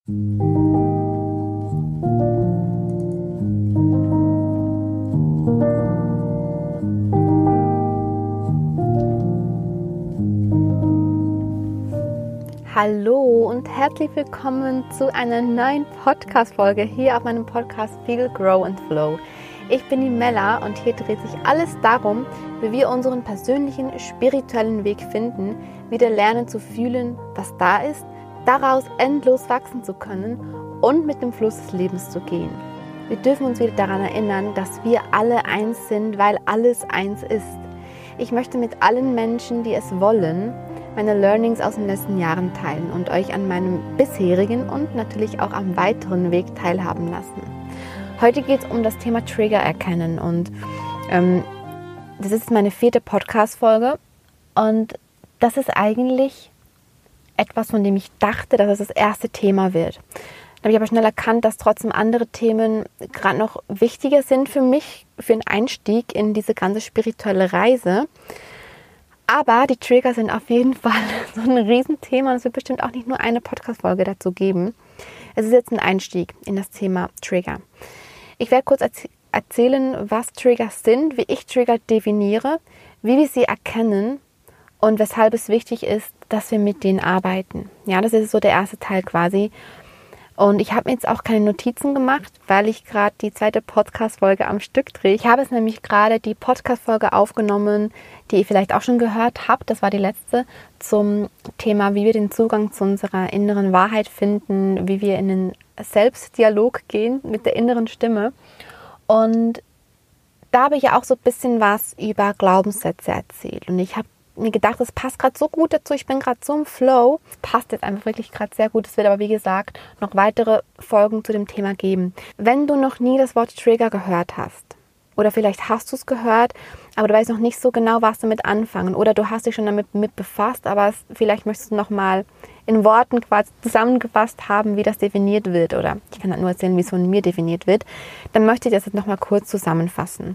Hallo und herzlich willkommen zu einer neuen Podcast-Folge hier auf meinem Podcast Feel, Grow and Flow. Ich bin die Mella und hier dreht sich alles darum, wie wir unseren persönlichen spirituellen Weg finden, wieder lernen zu fühlen, was da ist, daraus endlos wachsen zu können und mit dem Fluss des Lebens zu gehen. Wir dürfen uns wieder daran erinnern, dass wir alle eins sind, weil alles eins ist. Ich möchte mit allen Menschen, die es wollen, meine Learnings aus den letzten Jahren teilen und euch an meinem bisherigen und natürlich auch am weiteren Weg teilhaben lassen. Heute geht es um das Thema Trigger erkennen und das ist meine 4. Podcast-Folge und das ist eigentlich etwas, von dem ich dachte, dass es das erste Thema wird. Dann habe ich aber schnell erkannt, dass trotzdem andere Themen gerade noch wichtiger sind für mich, für den Einstieg in diese ganze spirituelle Reise. Aber die Trigger sind auf jeden Fall so ein Riesenthema und es wird bestimmt auch nicht nur eine Podcast-Folge dazu geben. Es ist jetzt ein Einstieg in das Thema Trigger. Ich werde kurz erzählen, was Trigger sind, wie ich Trigger definiere, wie wir sie erkennen und weshalb es wichtig ist, dass wir mit denen arbeiten. Ja, das ist so der erste Teil quasi. Und ich habe mir jetzt auch keine Notizen gemacht, weil ich gerade die 2. Podcast-Folge am Stück drehe. Ich habe es nämlich gerade die Podcast-Folge aufgenommen, die ihr vielleicht auch schon gehört habt. Das war die letzte zum Thema, wie wir den Zugang zu unserer inneren Wahrheit finden, wie wir in den Selbstdialog gehen mit der inneren Stimme. Und da habe ich ja auch so ein bisschen was über Glaubenssätze erzählt. Und ich habe mir gedacht, das passt gerade so gut dazu, ich bin gerade so im Flow. Es passt jetzt einfach wirklich gerade sehr gut. Es wird aber, wie gesagt, noch weitere Folgen zu dem Thema geben. Wenn du noch nie das Wort Trigger gehört hast, oder vielleicht hast du es gehört, aber du weißt noch nicht so genau, was damit anfangen, oder du hast dich schon damit befasst, aber vielleicht möchtest du nochmal in Worten quasi zusammengefasst haben, wie das definiert wird, oder ich kann halt nur erzählen, wie es von mir definiert wird, dann möchte ich das jetzt nochmal kurz zusammenfassen.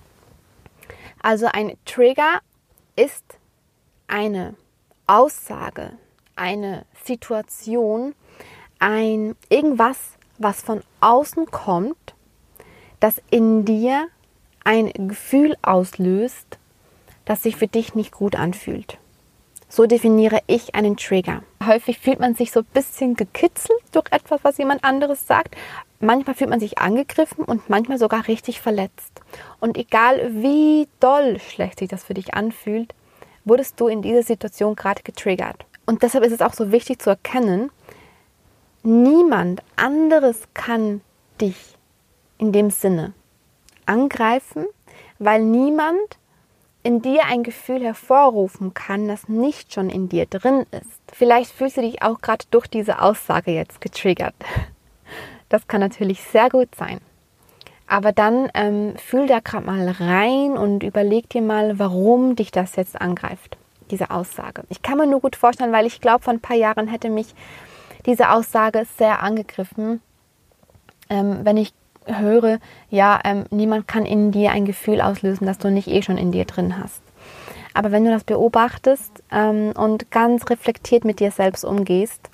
Also ein Trigger ist eine Aussage, eine Situation, irgendwas, was von außen kommt, das in dir ein Gefühl auslöst, das sich für dich nicht gut anfühlt. So definiere ich einen Trigger. Häufig fühlt man sich so ein bisschen gekitzelt durch etwas, was jemand anderes sagt. Manchmal fühlt man sich angegriffen und manchmal sogar richtig verletzt. Und egal wie doll schlecht sich das für dich anfühlt, wurdest du in dieser Situation gerade getriggert. Und deshalb ist es auch so wichtig zu erkennen, niemand anderes kann dich in dem Sinne angreifen, weil niemand in dir ein Gefühl hervorrufen kann, das nicht schon in dir drin ist. Vielleicht fühlst du dich auch gerade durch diese Aussage jetzt getriggert. Das kann natürlich sehr gut sein. Aber dann fühl da gerade mal rein und überleg dir mal, warum dich das jetzt angreift, diese Aussage. Ich kann mir nur gut vorstellen, weil ich glaube, vor ein paar Jahren hätte mich diese Aussage sehr angegriffen, wenn ich höre, niemand kann in dir ein Gefühl auslösen, das du nicht schon in dir drin hast. Aber wenn du das beobachtest und ganz reflektiert mit dir selbst umgehst,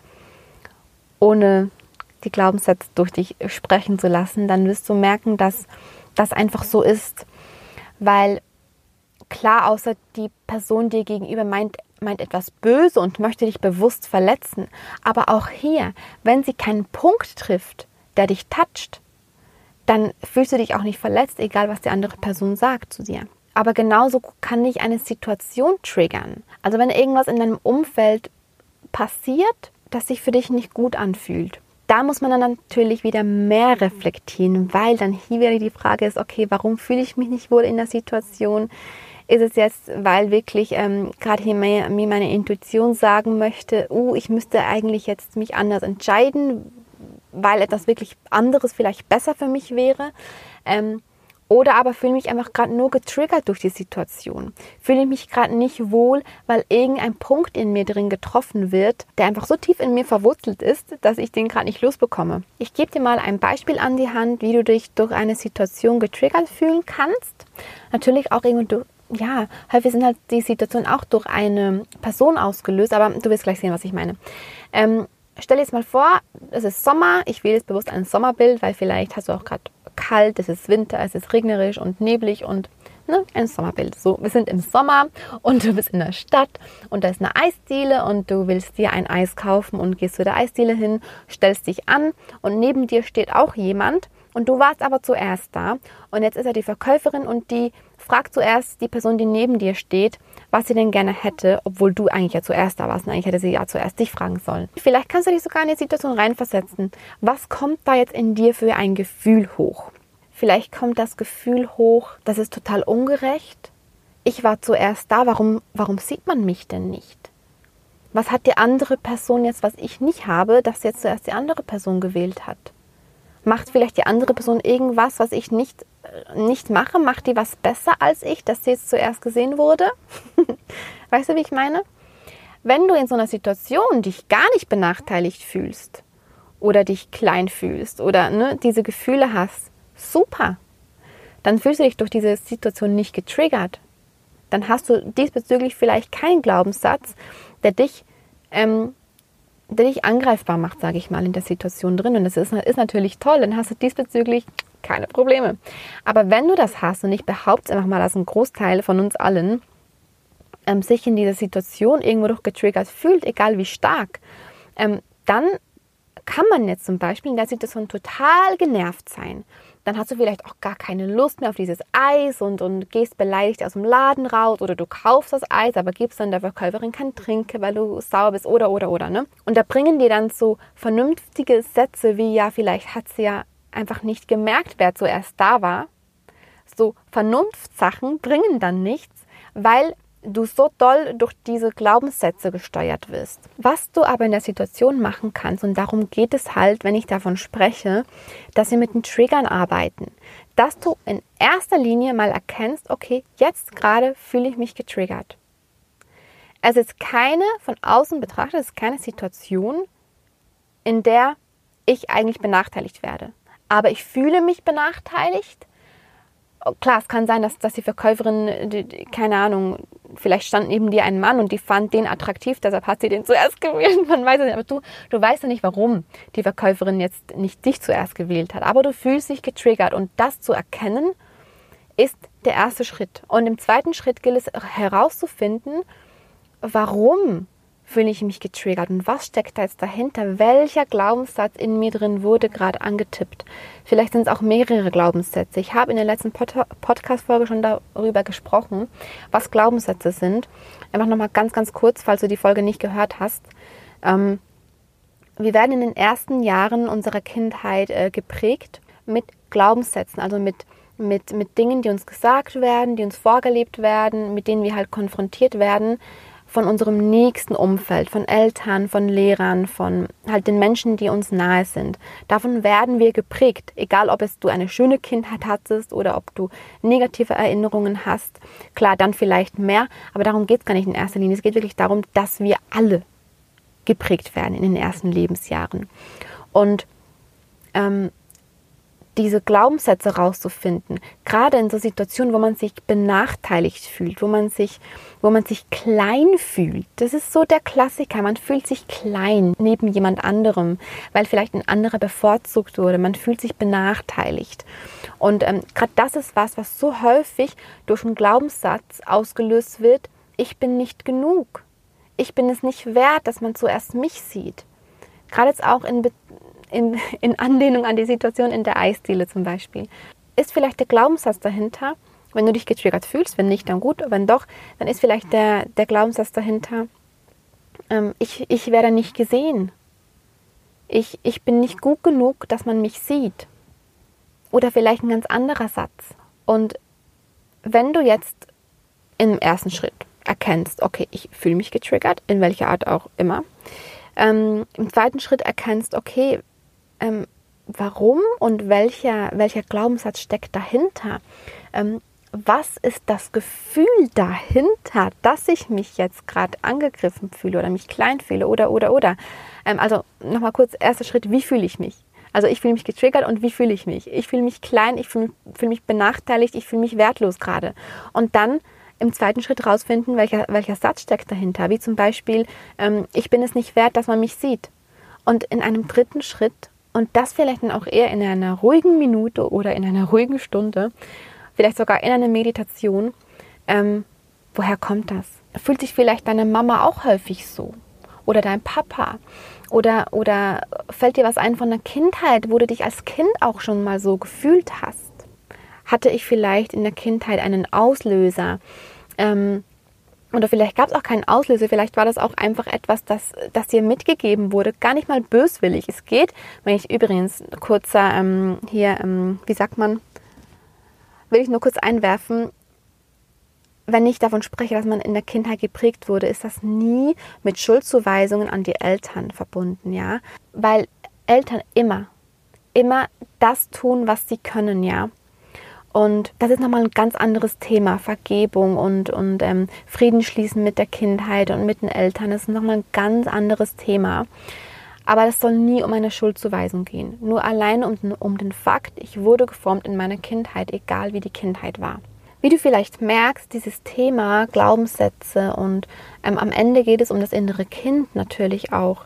ohne die Glaubenssätze durch dich sprechen zu lassen, dann wirst du merken, dass das einfach so ist. Weil klar, außer die Person dir gegenüber meint etwas böse und möchte dich bewusst verletzen. Aber auch hier, wenn sie keinen Punkt trifft, der dich toucht, dann fühlst du dich auch nicht verletzt, egal was die andere Person sagt zu dir. Aber genauso kann dich eine Situation triggern. Also wenn irgendwas in deinem Umfeld passiert, das sich für dich nicht gut anfühlt, da muss man dann natürlich wieder mehr reflektieren, weil dann hier wieder die Frage ist, okay, warum fühle ich mich nicht wohl in der Situation? Ist es jetzt, weil wirklich gerade hier mir meine Intuition sagen möchte, ich müsste eigentlich jetzt mich anders entscheiden, weil etwas wirklich anderes vielleicht besser für mich wäre? Oder aber fühle mich einfach gerade nur getriggert durch die Situation. Fühle ich mich gerade nicht wohl, weil irgendein Punkt in mir drin getroffen wird, der einfach so tief in mir verwurzelt ist, dass ich den gerade nicht losbekomme. Ich gebe dir mal ein Beispiel an die Hand, wie du dich durch eine Situation getriggert fühlen kannst. Natürlich auch irgendwo häufig sind halt die Situationen auch durch eine Person ausgelöst, aber du wirst gleich sehen, was ich meine. stell dir jetzt mal vor, es ist Sommer. Ich wähle jetzt bewusst ein Sommerbild, weil vielleicht hast du auch gerade kalt, es ist Winter, es ist regnerisch und neblig und ein Sommerbild. So, wir sind im Sommer und du bist in der Stadt und da ist eine Eisdiele und du willst dir ein Eis kaufen und gehst zu der Eisdiele hin, stellst dich an und neben dir steht auch jemand und du warst aber zuerst da und jetzt ist er die Verkäuferin und die fragt zuerst die Person, die neben dir steht, was sie denn gerne hätte, obwohl du eigentlich ja zuerst da warst und eigentlich hätte sie ja zuerst dich fragen sollen. Vielleicht kannst du dich sogar in die Situation reinversetzen. Was kommt da jetzt in dir für ein Gefühl hoch? Vielleicht kommt das Gefühl hoch, das ist total ungerecht. Ich war zuerst da, warum sieht man mich denn nicht? Was hat die andere Person jetzt, was ich nicht habe, dass jetzt zuerst die andere Person gewählt hat? Macht vielleicht die andere Person irgendwas, was ich nicht mache? Macht die was besser als ich, dass sie jetzt zuerst gesehen wurde? Weißt du, wie ich meine? Wenn du in so einer Situation dich gar nicht benachteiligt fühlst oder dich klein fühlst oder diese Gefühle hast, super. Dann fühlst du dich durch diese Situation nicht getriggert. Dann hast du diesbezüglich vielleicht keinen Glaubenssatz, der dich angreifbar macht, sage ich mal, in der Situation drin. Und das ist natürlich toll, dann hast du diesbezüglich keine Probleme. Aber wenn du das hast, und ich behaupte einfach mal, dass ein Großteil von uns allen sich in dieser Situation irgendwo doch getriggert fühlt, egal wie stark, dann kann man jetzt zum Beispiel in der Situation total genervt sein. Dann hast du vielleicht auch gar keine Lust mehr auf dieses Eis und gehst beleidigt aus dem Laden raus oder du kaufst das Eis, aber gibst dann der Verkäuferin kein Trinken, weil du sauer bist oder. Ne? Und da bringen dir dann so vernünftige Sätze wie, ja, vielleicht hat sie ja einfach nicht gemerkt, wer zuerst da war. So Vernunftssachen bringen dann nichts, weil du so doll durch diese Glaubenssätze gesteuert wirst. Was du aber in der Situation machen kannst, und darum geht es halt, wenn ich davon spreche, dass wir mit den Triggern arbeiten. Dass du in erster Linie mal erkennst, okay, jetzt gerade fühle ich mich getriggert. Es ist keine, von außen betrachtet, es ist keine Situation, in der ich eigentlich benachteiligt werde. Aber ich fühle mich benachteiligt. Klar, es kann sein, dass die Verkäuferin, keine Ahnung, vielleicht stand neben dir ein Mann und die fand den attraktiv, deshalb hat sie den zuerst gewählt. Man weiß es nicht, aber du weißt ja nicht, warum die Verkäuferin jetzt nicht dich zuerst gewählt hat. Aber du fühlst dich getriggert und das zu erkennen, ist der erste Schritt. Und im zweiten Schritt gilt es herauszufinden, warum fühle ich mich getriggert und was steckt da jetzt dahinter? Welcher Glaubenssatz in mir drin wurde gerade angetippt? Vielleicht sind es auch mehrere Glaubenssätze. Ich habe in der letzten Podcast-Folge schon darüber gesprochen, was Glaubenssätze sind. Einfach nochmal ganz, ganz kurz, falls du die Folge nicht gehört hast. Wir werden in den ersten Jahren unserer Kindheit geprägt mit Glaubenssätzen, also mit Dingen, die uns gesagt werden, die uns vorgelebt werden, mit denen wir halt konfrontiert werden, von unserem nächsten Umfeld, von Eltern, von Lehrern, von halt den Menschen, die uns nahe sind. Davon werden wir geprägt, egal ob du eine schöne Kindheit hattest oder ob du negative Erinnerungen hast. Klar, dann vielleicht mehr, aber darum geht es gar nicht in erster Linie. Es geht wirklich darum, dass wir alle geprägt werden in den ersten Lebensjahren. Und diese Glaubenssätze rauszufinden, gerade in so Situationen, wo man sich benachteiligt fühlt, wo man sich klein fühlt. Das ist so der Klassiker, man fühlt sich klein neben jemand anderem, weil vielleicht ein anderer bevorzugt wurde, man fühlt sich benachteiligt. Und gerade das ist was so häufig durch einen Glaubenssatz ausgelöst wird, ich bin nicht genug, ich bin es nicht wert, dass man zuerst mich sieht. Gerade jetzt auch in Anlehnung an die Situation in der Eisdiele zum Beispiel. Ist vielleicht der Glaubenssatz dahinter, wenn du dich getriggert fühlst, wenn nicht, dann gut, wenn doch, dann ist vielleicht der Glaubenssatz dahinter, ich werde nicht gesehen. Ich bin nicht gut genug, dass man mich sieht. Oder vielleicht ein ganz anderer Satz. Und wenn du jetzt im ersten Schritt erkennst, okay, ich fühle mich getriggert, in welcher Art auch immer, im zweiten Schritt erkennst, okay, warum und welcher Glaubenssatz steckt dahinter? Was ist das Gefühl dahinter, dass ich mich jetzt gerade angegriffen fühle oder mich klein fühle oder. Also nochmal kurz, erster Schritt, wie fühle ich mich? Also ich fühle mich getriggert und wie fühle ich mich? Ich fühle mich klein, ich fühle mich benachteiligt, ich fühle mich wertlos gerade. Und dann im zweiten Schritt rausfinden, welcher Satz steckt dahinter. Wie zum Beispiel, ich bin es nicht wert, dass man mich sieht. Und in einem dritten Schritt, und das vielleicht dann auch eher in einer ruhigen Minute oder in einer ruhigen Stunde, vielleicht sogar in einer Meditation, woher kommt das? Fühlt sich vielleicht deine Mama auch häufig so? Oder dein Papa? Oder fällt dir was ein von der Kindheit, wo du dich als Kind auch schon mal so gefühlt hast? Hatte ich vielleicht in der Kindheit einen Auslöser? Oder vielleicht gab es auch keinen Auslöser, vielleicht war das auch einfach etwas, das dir mitgegeben wurde, gar nicht mal böswillig. Es geht, wenn ich übrigens kurzer wie sagt man, will ich nur kurz einwerfen, wenn ich davon spreche, dass man in der Kindheit geprägt wurde, ist das nie mit Schuldzuweisungen an die Eltern verbunden, ja, weil Eltern immer das tun, was sie können, ja. Und das ist nochmal ein ganz anderes Thema, Vergebung und Frieden schließen mit der Kindheit und mit den Eltern. Das ist nochmal ein ganz anderes Thema. Aber es soll nie um eine Schuldzuweisung gehen. Nur allein um den Fakt, ich wurde geformt in meiner Kindheit, egal wie die Kindheit war. Wie du vielleicht merkst, dieses Thema Glaubenssätze und am Ende geht es um das innere Kind natürlich auch,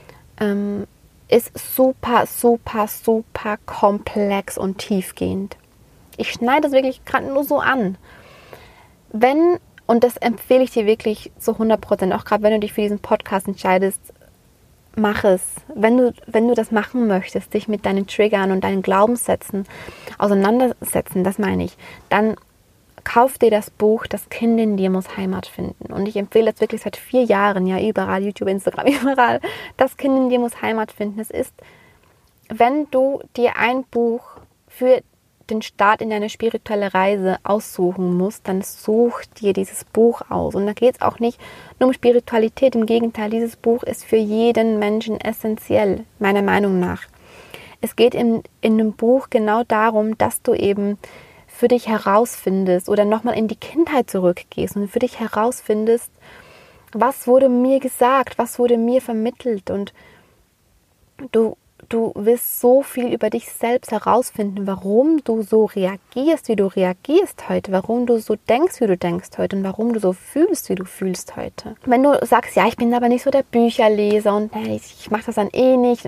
ist super, super, super komplex und tiefgehend. Ich schneide das wirklich gerade nur so an. Und das empfehle ich dir wirklich zu 100%, auch gerade wenn du dich für diesen Podcast entscheidest, mach es. Wenn du das machen möchtest, dich mit deinen Triggern und deinen Glaubenssätzen auseinandersetzen, das meine ich, dann kauf dir das Buch Das Kind in dir muss Heimat finden. Und ich empfehle das wirklich seit 4 Jahren, ja überall, YouTube, Instagram, überall. Das Kind in dir muss Heimat finden. Es ist, wenn du dir ein Buch für den Start in deine spirituelle Reise aussuchen musst, dann such dir dieses Buch aus. Und da geht es auch nicht nur um Spiritualität. Im Gegenteil, dieses Buch ist für jeden Menschen essentiell, meiner Meinung nach. Es geht in dem Buch genau darum, dass du eben für dich herausfindest oder nochmal in die Kindheit zurückgehst und für dich herausfindest, was wurde mir gesagt, was wurde mir vermittelt, und du wirst so viel über dich selbst herausfinden, warum du so reagierst, wie du reagierst heute, warum du so denkst, wie du denkst heute und warum du so fühlst, wie du fühlst heute. Wenn du sagst, ja, ich bin aber nicht so der Bücherleser und ich mache das dann eh nicht,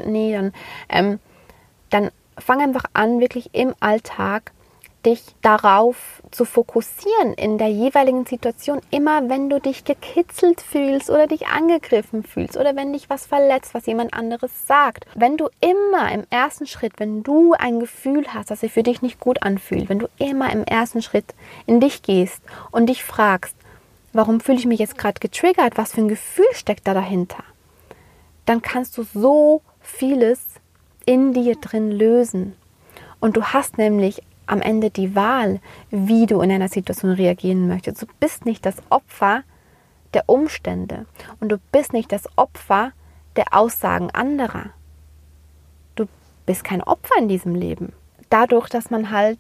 dann fang einfach an, wirklich im Alltag dich darauf zu fokussieren in der jeweiligen Situation, immer wenn du dich gekitzelt fühlst oder dich angegriffen fühlst oder wenn dich was verletzt, was jemand anderes sagt. Wenn du immer im ersten Schritt, wenn du ein Gefühl hast, das sich für dich nicht gut anfühlt, wenn du immer im ersten Schritt in dich gehst und dich fragst, warum fühle ich mich jetzt gerade getriggert, was für ein Gefühl steckt da dahinter, dann kannst du so vieles in dir drin lösen. Und du hast nämlich am Ende die Wahl, wie du in einer Situation reagieren möchtest. Du bist nicht das Opfer der Umstände und du bist nicht das Opfer der Aussagen anderer. Du bist kein Opfer in diesem Leben. Dadurch, dass man halt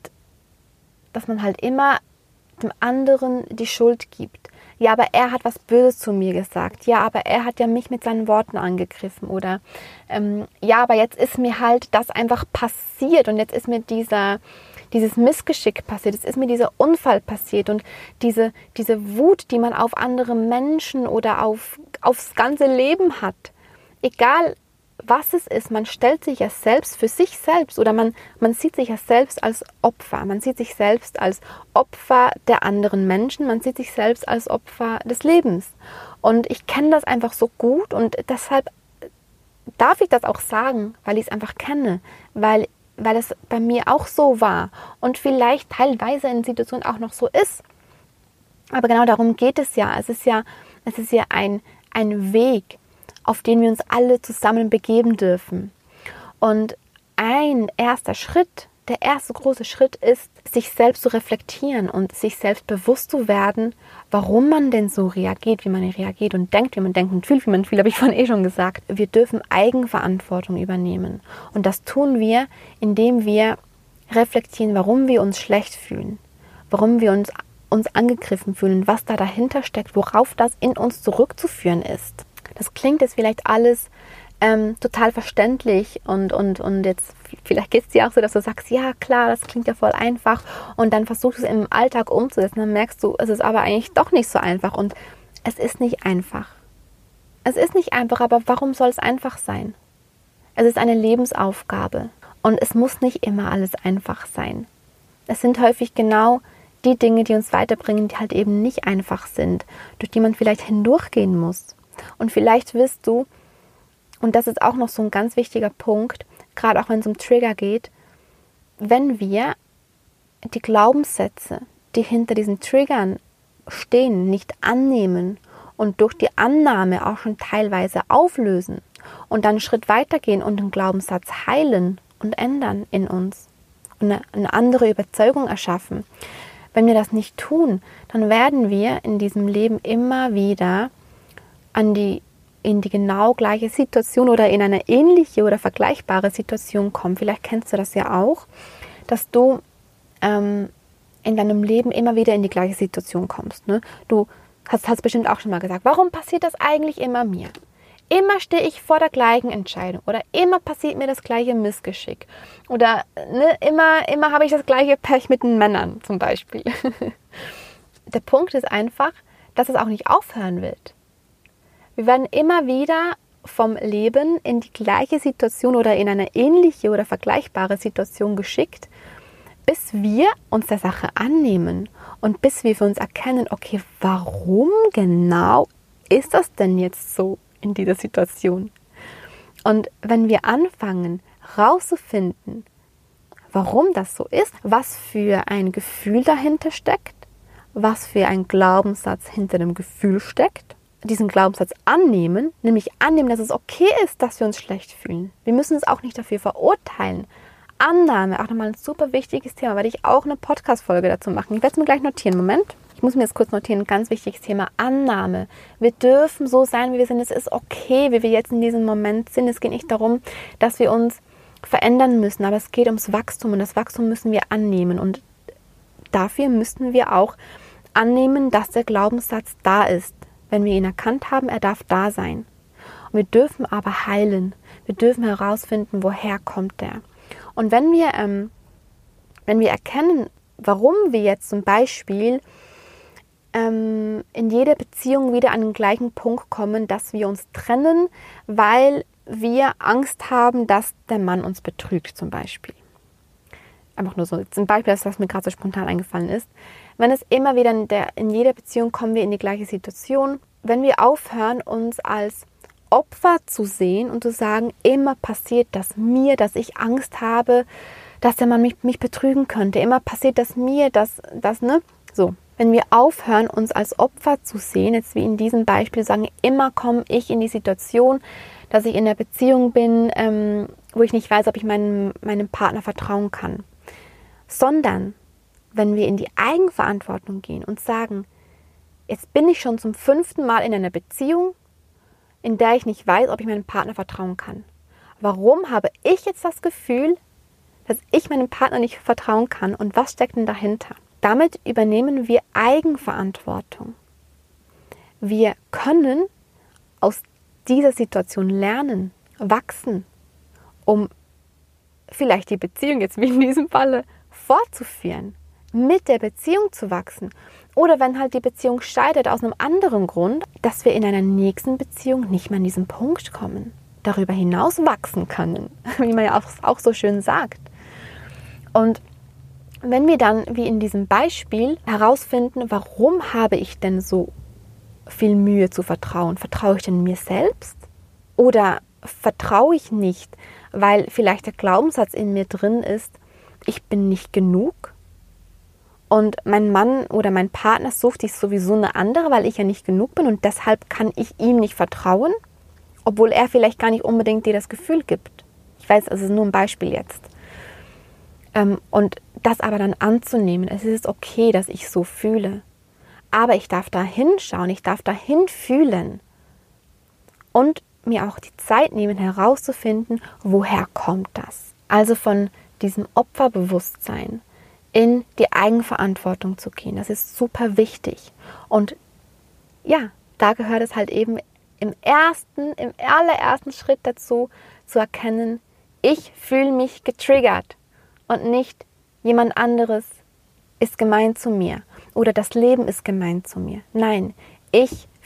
immer dem anderen die Schuld gibt. Ja, aber er hat was Böses zu mir gesagt. Ja, aber er hat ja mich mit seinen Worten angegriffen. Oder ja, aber jetzt ist mir halt das einfach passiert und jetzt ist mir dieses Missgeschick passiert, es ist mir dieser Unfall passiert und diese Wut, die man auf andere Menschen oder aufs ganze Leben hat, egal was es ist, man stellt sich ja selbst für sich selbst oder man sieht sich ja selbst als Opfer, man sieht sich selbst als Opfer der anderen Menschen, man sieht sich selbst als Opfer des Lebens. Und ich kenne das einfach so gut und deshalb darf ich das auch sagen, weil ich es einfach kenne, weil es bei mir auch so war und vielleicht teilweise in Situationen auch noch so ist. Aber genau darum geht es ja. Es ist ja ein Weg, auf den wir uns alle zusammen begeben dürfen. Und ein erster Schritt, der erste große Schritt ist, sich selbst zu reflektieren und sich selbst bewusst zu werden, warum man denn so reagiert, wie man reagiert und denkt, wie man denkt und fühlt, wie man fühlt, habe ich vorhin schon gesagt. Wir dürfen Eigenverantwortung übernehmen. Und das tun wir, indem wir reflektieren, warum wir uns schlecht fühlen, warum wir uns angegriffen fühlen, was da dahinter steckt, worauf das in uns zurückzuführen ist. Das klingt jetzt vielleicht alles total verständlich und jetzt vielleicht geht es dir auch so, dass du sagst, ja klar, das klingt ja voll einfach und dann versuchst du es im Alltag umzusetzen, dann merkst du, es ist aber eigentlich doch nicht so einfach und es ist nicht einfach. Es ist nicht einfach, aber warum soll es einfach sein? Es ist eine Lebensaufgabe und es muss nicht immer alles einfach sein. Es sind häufig genau die Dinge, die uns weiterbringen, die halt eben nicht einfach sind, durch die man vielleicht hindurchgehen muss. Und vielleicht wirst du, und das ist auch noch so ein ganz wichtiger Punkt, gerade auch wenn es um Trigger geht, wenn wir die Glaubenssätze, die hinter diesen Triggern stehen, nicht annehmen und durch die Annahme auch schon teilweise auflösen und dann einen Schritt weitergehen und den Glaubenssatz heilen und ändern in uns und eine andere Überzeugung erschaffen. Wenn wir das nicht tun, dann werden wir in diesem Leben immer wieder in die genau gleiche Situation oder in eine ähnliche oder vergleichbare Situation kommen. Vielleicht kennst du das ja auch, dass du in deinem Leben immer wieder in die gleiche Situation kommst. Ne? Du hast bestimmt auch schon mal gesagt, warum passiert das eigentlich immer mir? Immer stehe ich vor der gleichen Entscheidung oder immer passiert mir das gleiche Missgeschick oder immer habe ich das gleiche Pech mit den Männern zum Beispiel. Der Punkt ist einfach, dass es auch nicht aufhören wird. Wir werden immer wieder vom Leben in die gleiche Situation oder in eine ähnliche oder vergleichbare Situation geschickt, bis wir uns der Sache annehmen und bis wir für uns erkennen, okay, warum genau ist das denn jetzt so in dieser Situation? Und wenn wir anfangen, rauszufinden, warum das so ist, was für ein Gefühl dahinter steckt, was für ein Glaubenssatz hinter dem Gefühl steckt, diesen Glaubenssatz annehmen, nämlich annehmen, dass es okay ist, dass wir uns schlecht fühlen. Wir müssen es auch nicht dafür verurteilen. Annahme, auch nochmal ein super wichtiges Thema, werde ich auch eine Podcast-Folge dazu machen. Ich werde es mir gleich notieren. Moment. Ich muss mir jetzt kurz notieren, ein ganz wichtiges Thema, Annahme. Wir dürfen so sein, wie wir sind. Es ist okay, wie wir jetzt in diesem Moment sind. Es geht nicht darum, dass wir uns verändern müssen, aber es geht ums Wachstum und das Wachstum müssen wir annehmen. Und dafür müssen wir auch annehmen, dass der Glaubenssatz da ist. Wenn wir ihn erkannt haben, er darf da sein. Und wir dürfen aber heilen. Wir dürfen herausfinden, woher kommt der. Und wenn wir erkennen, warum wir jetzt zum Beispiel in jeder Beziehung wieder an den gleichen Punkt kommen, dass wir uns trennen, weil wir Angst haben, dass der Mann uns betrügt zum Beispiel. Einfach nur so ein Beispiel, das mir gerade so spontan eingefallen ist. Wenn es immer wieder in jeder Beziehung kommen wir in die gleiche Situation, wenn wir aufhören, uns als Opfer zu sehen und zu sagen, immer passiert das mir, dass ich Angst habe, dass der Mann mich betrügen könnte. Immer passiert das mir, so. Wenn wir aufhören, uns als Opfer zu sehen, jetzt wie in diesem Beispiel sagen, immer komme ich in die Situation, dass ich in der Beziehung bin, wo ich nicht weiß, ob ich meinem Partner vertrauen kann. Sondern, wenn wir in die Eigenverantwortung gehen und sagen, jetzt bin ich schon zum 5. Mal in einer Beziehung, in der ich nicht weiß, ob ich meinem Partner vertrauen kann. Warum habe ich jetzt das Gefühl, dass ich meinem Partner nicht vertrauen kann und was steckt denn dahinter? Damit übernehmen wir Eigenverantwortung. Wir können aus dieser Situation lernen, wachsen, um vielleicht die Beziehung jetzt wie in diesem Falle fortzuführen, mit der Beziehung zu wachsen. Oder wenn halt die Beziehung scheitert aus einem anderen Grund, dass wir in einer nächsten Beziehung nicht mehr an diesen Punkt kommen, darüber hinaus wachsen können, wie man ja auch so schön sagt. Und wenn wir dann, wie in diesem Beispiel, herausfinden, warum habe ich denn so viel Mühe zu vertrauen? Vertraue ich denn mir selbst? Oder vertraue ich nicht, weil vielleicht der Glaubenssatz in mir drin ist, ich bin nicht genug? Und mein Mann oder mein Partner sucht sich sowieso eine andere, weil ich ja nicht genug bin und deshalb kann ich ihm nicht vertrauen, obwohl er vielleicht gar nicht unbedingt dir das Gefühl gibt. Ich weiß, es ist nur ein Beispiel jetzt. Und das aber dann anzunehmen, es ist okay, dass ich so fühle. Aber ich darf da hinschauen, ich darf da hinfühlen und mir auch die Zeit nehmen, herauszufinden, woher kommt das. Also von diesem Opferbewusstsein in die Eigenverantwortung zu gehen. Das ist super wichtig. Und ja, da gehört es halt eben im allerersten Schritt dazu, zu erkennen, ich fühle mich getriggert und nicht jemand anderes ist gemein zu mir oder das Leben ist gemein zu mir. Nein, ich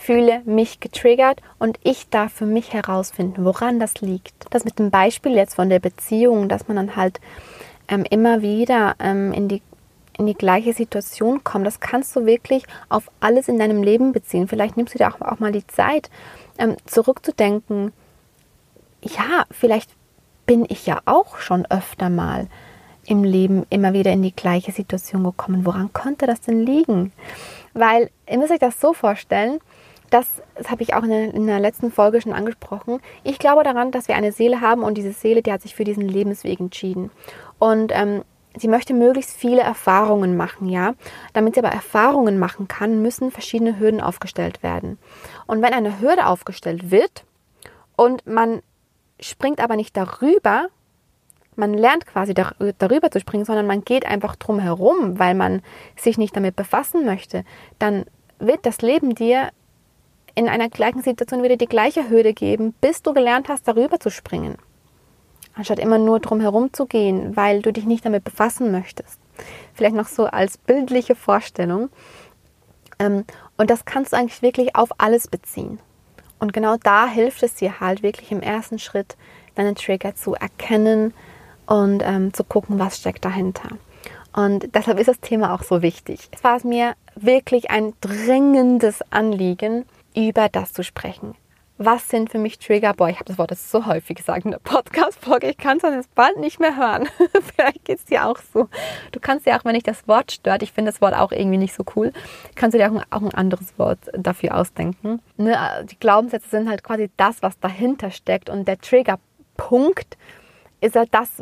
fühle mich getriggert und ich darf für mich herausfinden, woran das liegt. Das mit dem Beispiel jetzt von der Beziehung, dass man dann halt immer wieder in die gleiche Situation kommt, das kannst du wirklich auf alles in deinem Leben beziehen. Vielleicht nimmst du dir auch mal die Zeit, zurückzudenken, ja, vielleicht bin ich ja auch schon öfter mal im Leben immer wieder in die gleiche Situation gekommen. Woran könnte das denn liegen? Weil, ihr müsst euch das so vorstellen, das habe ich auch in der letzten Folge schon angesprochen. Ich glaube daran, dass wir eine Seele haben und diese Seele, die hat sich für diesen Lebensweg entschieden. Und sie möchte möglichst viele Erfahrungen machen, ja. Damit sie aber Erfahrungen machen kann, müssen verschiedene Hürden aufgestellt werden. Und wenn eine Hürde aufgestellt wird und man springt aber nicht darüber, man lernt quasi darüber zu springen, sondern man geht einfach drum herum, weil man sich nicht damit befassen möchte, dann wird das Leben dir in einer gleichen Situation wieder die gleiche Hürde geben, bis du gelernt hast, darüber zu springen. Anstatt immer nur drum herum zu gehen, weil du dich nicht damit befassen möchtest. Vielleicht noch so als bildliche Vorstellung. Und das kannst du eigentlich wirklich auf alles beziehen. Und genau da hilft es dir halt wirklich im ersten Schritt, deine Trigger zu erkennen und zu gucken, was steckt dahinter. Und deshalb ist das Thema auch so wichtig. Es war es mir wirklich ein dringendes Anliegen, über das zu sprechen. Was sind für mich Trigger? Boah, ich habe das Wort jetzt so häufig gesagt in der Podcast-Folge. Ich kann es dann jetzt bald nicht mehr hören. Vielleicht geht es dir auch so. Du kannst dir auch, wenn dich das Wort stört, ich finde das Wort auch irgendwie nicht so cool, kannst du dir auch ein anderes Wort dafür ausdenken. Ne? Die Glaubenssätze sind halt quasi das, was dahinter steckt. Und der Triggerpunkt ist halt das,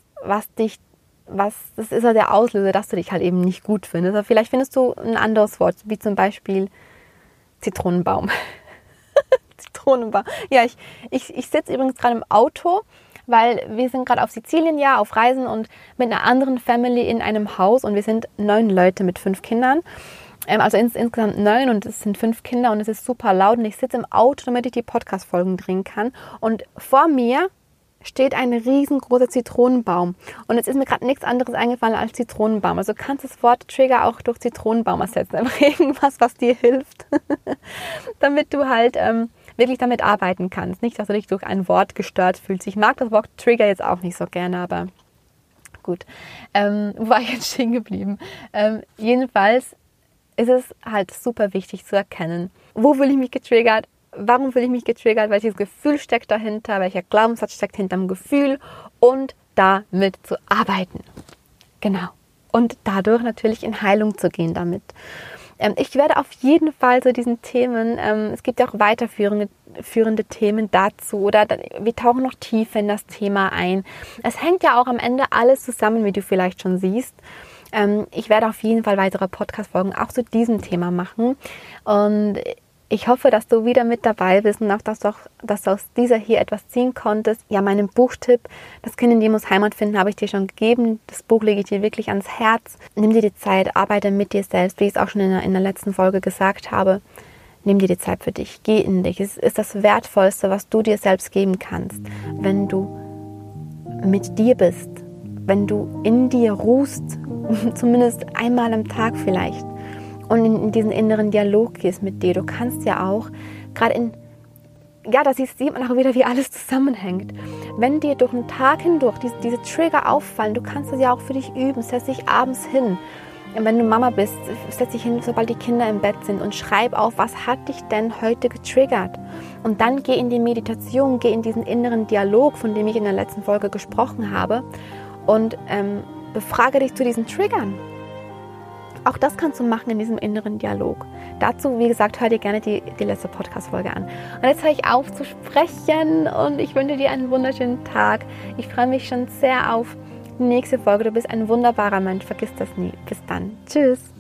das ist halt der Auslöser, dass du dich halt eben nicht gut findest. Aber vielleicht findest du ein anderes Wort, wie zum Beispiel Zitronenbaum. Zitronenbaum. Ja, ich sitze übrigens gerade im Auto, weil wir sind gerade auf Sizilien, ja, auf Reisen und mit einer anderen Family in einem Haus und wir sind 9 Leute mit 5 Kindern. Also insgesamt 9 und es sind 5 Kinder und es ist super laut und ich sitze im Auto, damit ich die Podcast-Folgen drehen kann und vor mir steht ein riesengroßer Zitronenbaum. Und jetzt ist mir gerade nichts anderes eingefallen als Zitronenbaum. Also du kannst das Wort Trigger auch durch Zitronenbaum ersetzen. Einfach irgendwas, was dir hilft. Damit du halt wirklich damit arbeiten kannst. Nicht, dass du dich durch ein Wort gestört fühlst. Ich mag das Wort Trigger jetzt auch nicht so gerne, aber gut. Wo war ich jetzt stehen geblieben? Jedenfalls ist es halt super wichtig zu erkennen, wo fühle ich mich getriggert? Warum fühle ich mich getriggert? Welches Gefühl steckt dahinter? Welcher Glaubenssatz steckt hinter dem Gefühl? Und damit zu arbeiten. Genau. Und dadurch natürlich in Heilung zu gehen damit. Ich werde auf jeden Fall zu diesen Themen, es gibt ja auch weiterführende Themen dazu oder wir tauchen noch tiefer in das Thema ein. Es hängt ja auch am Ende alles zusammen, wie du vielleicht schon siehst. Ich werde auf jeden Fall weitere Podcast-Folgen auch zu diesem Thema machen und ich hoffe, dass du wieder mit dabei bist und auch, dass du aus dieser hier etwas ziehen konntest. Ja, meinen Buchtipp, das Kind in dir muss Heimat finden, habe ich dir schon gegeben. Das Buch lege ich dir wirklich ans Herz. Nimm dir die Zeit, arbeite mit dir selbst, wie ich es auch schon in der letzten Folge gesagt habe. Nimm dir die Zeit für dich, geh in dich. Es ist das Wertvollste, was du dir selbst geben kannst, wenn du mit dir bist, wenn du in dir ruhst, zumindest einmal am Tag vielleicht. Und in diesen inneren Dialog gehst mit dir. Du kannst ja auch, gerade da sieht man auch wieder, wie alles zusammenhängt. Wenn dir durch den Tag hindurch diese Trigger auffallen, du kannst das ja auch für dich üben. Setz dich abends hin. Und wenn du Mama bist, setz dich hin, sobald die Kinder im Bett sind und schreib auf, was hat dich denn heute getriggert? Und dann geh in die Meditation, geh in diesen inneren Dialog, von dem ich in der letzten Folge gesprochen habe und befrage dich zu diesen Triggern. Auch das kannst du machen in diesem inneren Dialog. Dazu, wie gesagt, hör dir gerne die letzte Podcast-Folge an. Und jetzt höre ich auf zu sprechen und ich wünsche dir einen wunderschönen Tag. Ich freue mich schon sehr auf die nächste Folge. Du bist ein wunderbarer Mensch. Vergiss das nie. Bis dann. Tschüss.